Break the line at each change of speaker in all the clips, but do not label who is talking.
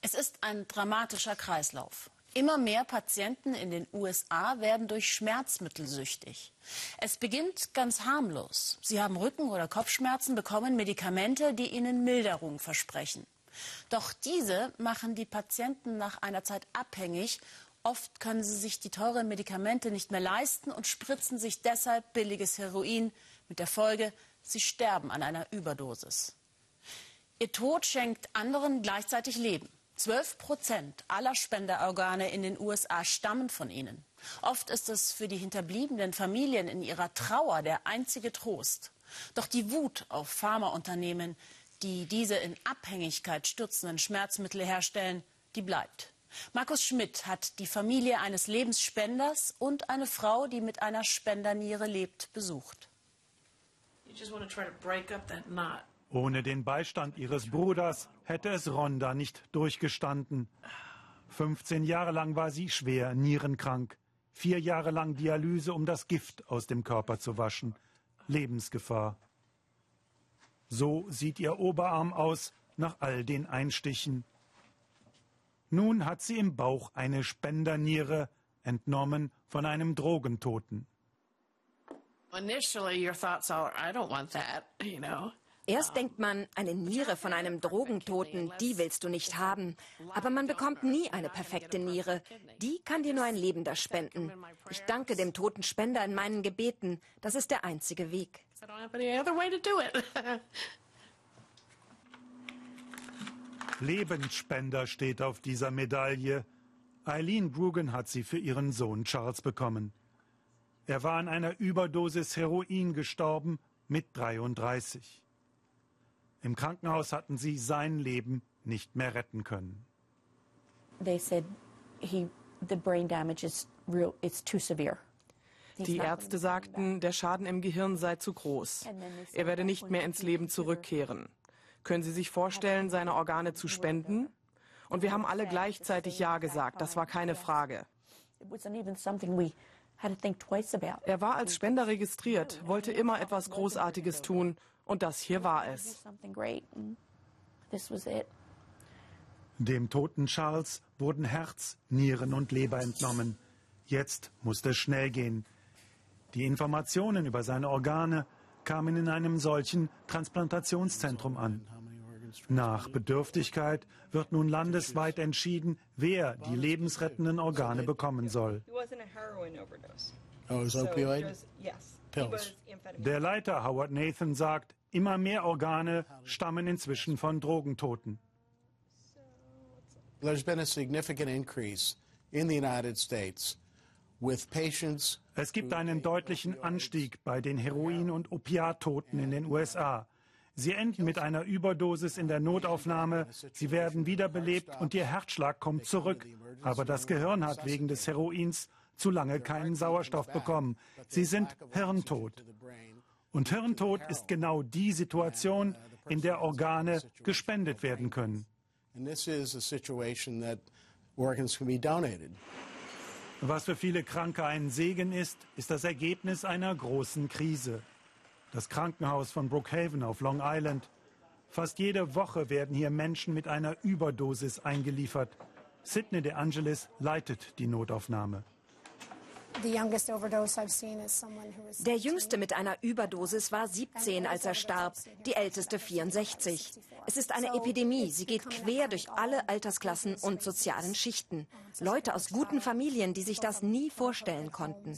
Es ist ein dramatischer Kreislauf. Immer mehr Patienten in den USA werden durch Schmerzmittel süchtig. Es beginnt ganz harmlos. Sie haben Rücken- oder Kopfschmerzen, bekommen Medikamente, die ihnen Milderung versprechen. Doch diese machen die Patienten nach einer Zeit abhängig. Oft können sie sich die teuren Medikamente nicht mehr leisten und spritzen sich deshalb billiges Heroin. Mit der Folge, sie sterben an einer Überdosis. Ihr Tod schenkt anderen gleichzeitig Leben. 12% aller Spenderorgane in den USA stammen von ihnen. Oft ist es für die hinterbliebenen Familien in ihrer Trauer der einzige Trost. Doch die Wut auf Pharmaunternehmen, die diese in Abhängigkeit stürzenden Schmerzmittel herstellen, die bleibt. Markus Schmidt hat die Familie eines Lebensspenders und eine Frau, die mit einer Spenderniere lebt, besucht.
Ohne den Beistand ihres Bruders hätte es Rhonda nicht durchgestanden. 15 Jahre lang war sie schwer nierenkrank. 4 Jahre lang Dialyse, um das Gift aus dem Körper zu waschen. Lebensgefahr. So sieht ihr Oberarm aus nach all den Einstichen. Nun hat sie im Bauch eine Spenderniere, entnommen von einem Drogentoten.
Erst denkt man, eine Niere von einem Drogentoten, die willst du nicht haben. Aber man bekommt nie eine perfekte Niere. Die kann dir nur ein Lebender spenden. Ich danke dem toten Spender in meinen Gebeten. Das ist der einzige Weg.
Lebensspender steht auf dieser Medaille. Eileen Brugan hat sie für ihren Sohn Charles bekommen. Er war an einer Überdosis Heroin gestorben mit 33. Im Krankenhaus hatten sie sein Leben nicht mehr retten können.
Die Ärzte sagten, der Schaden im Gehirn sei zu groß. Er werde nicht mehr ins Leben zurückkehren. Können Sie sich vorstellen, seine Organe zu spenden? Und wir haben alle gleichzeitig Ja gesagt. Das war keine Frage. Er war als Spender registriert, wollte immer etwas Großartiges tun. Und das hier war es.
Dem toten Charles wurden Herz, Nieren und Leber entnommen. Jetzt musste es schnell gehen. Die Informationen über seine Organe kamen in einem solchen Transplantationszentrum an. Nach Bedürftigkeit wird nun landesweit entschieden, wer die lebensrettenden Organe bekommen soll. Der Leiter Howard Nathan sagt, immer mehr Organe stammen inzwischen von Drogentoten.
There's been a significant increase in the United States with patients.
Es gibt einen deutlichen Anstieg bei den Heroin- und Opiattoten in den USA. Sie enden mit einer Überdosis in der Notaufnahme, sie werden wiederbelebt und ihr Herzschlag kommt zurück. Aber das Gehirn hat wegen des Heroins zu lange keinen Sauerstoff bekommen. Sie sind hirntot. Und Hirntod ist genau die Situation, in der Organe gespendet werden können. Was für viele Kranke ein Segen ist, ist das Ergebnis einer großen Krise. Das Krankenhaus von Brookhaven auf Long Island. Fast jede Woche werden hier Menschen mit einer Überdosis eingeliefert. Sidney De Angelis leitet die Notaufnahme.
Der Jüngste mit einer Überdosis war 17, als er starb, die Älteste 64. Es ist eine Epidemie. Sie geht quer durch alle Altersklassen und sozialen Schichten. Leute aus guten Familien, die sich das nie vorstellen konnten.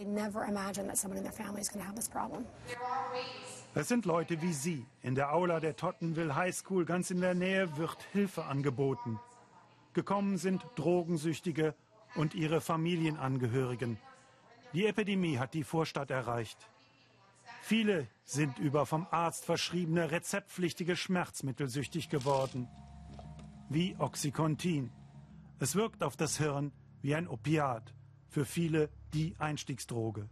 Es sind Leute wie Sie. In der Aula der Tottenville High School ganz in der Nähe wird Hilfe angeboten. Gekommen sind Drogensüchtige und ihre Familienangehörigen. Die Epidemie hat die Vorstadt erreicht. Viele sind über vom Arzt verschriebene rezeptpflichtige Schmerzmittel süchtig geworden, wie Oxycontin. Es wirkt auf das Hirn wie ein Opiat, für viele die Einstiegsdroge.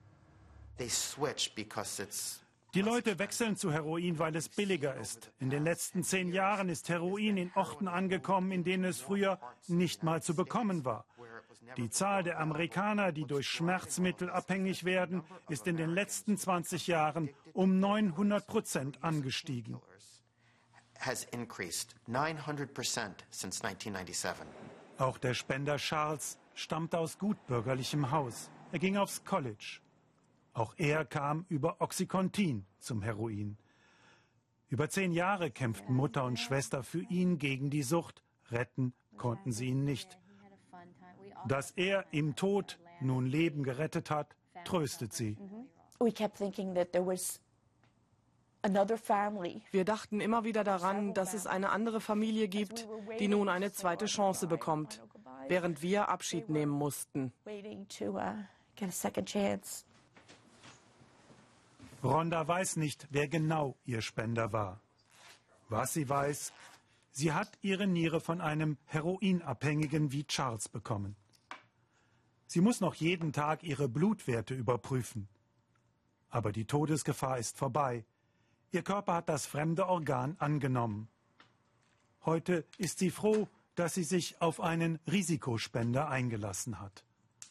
Die Leute wechseln zu Heroin, weil es billiger ist. In den letzten 10 Jahren ist Heroin in Orten angekommen, in denen es früher nicht mal zu bekommen war. Die Zahl der Amerikaner, die durch Schmerzmittel abhängig werden, ist in den letzten 20 Jahren um 900% angestiegen.
has increased 900% since 1997.
Auch der Spender Charles stammt aus gutbürgerlichem Haus. Er ging aufs College. Auch er kam über Oxycontin zum Heroin. Über 10 Jahre kämpften Mutter und Schwester für ihn gegen die Sucht. Retten konnten sie ihn nicht. Dass er im Tod nun Leben gerettet hat, tröstet sie.
Wir dachten immer wieder daran, dass es eine andere Familie gibt, die nun eine zweite Chance bekommt, während wir Abschied nehmen mussten.
Rhonda weiß nicht, wer genau ihr Spender war. Was sie weiß, sie hat ihre Niere von einem Heroinabhängigen wie Charles bekommen. Sie muss noch jeden Tag ihre Blutwerte überprüfen. Aber die Todesgefahr ist vorbei. Ihr Körper hat das fremde Organ angenommen. Heute ist sie froh, dass sie sich auf einen Risikospender eingelassen hat.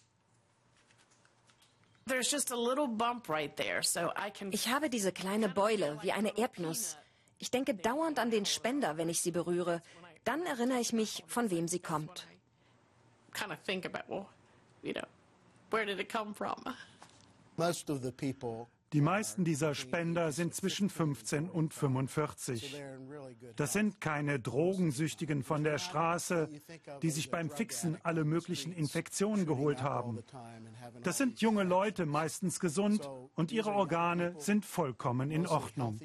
Ich habe diese kleine Beule wie eine Erdnuss. Ich denke dauernd an den Spender, wenn ich sie berühre. Dann erinnere ich mich, von wem sie kommt.
Die meisten dieser Spender sind zwischen 15 und 45. Das sind keine Drogensüchtigen von der Straße, die sich beim Fixen alle möglichen Infektionen geholt haben. Das sind junge Leute, meistens gesund, und ihre Organe sind vollkommen in Ordnung.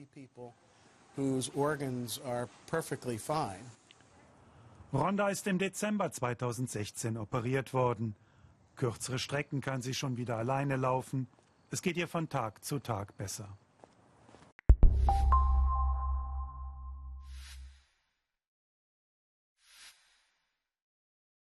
Rhonda ist im Dezember 2016 operiert worden. Kürzere Strecken kann sie schon wieder alleine laufen. Es geht ihr von Tag zu Tag besser.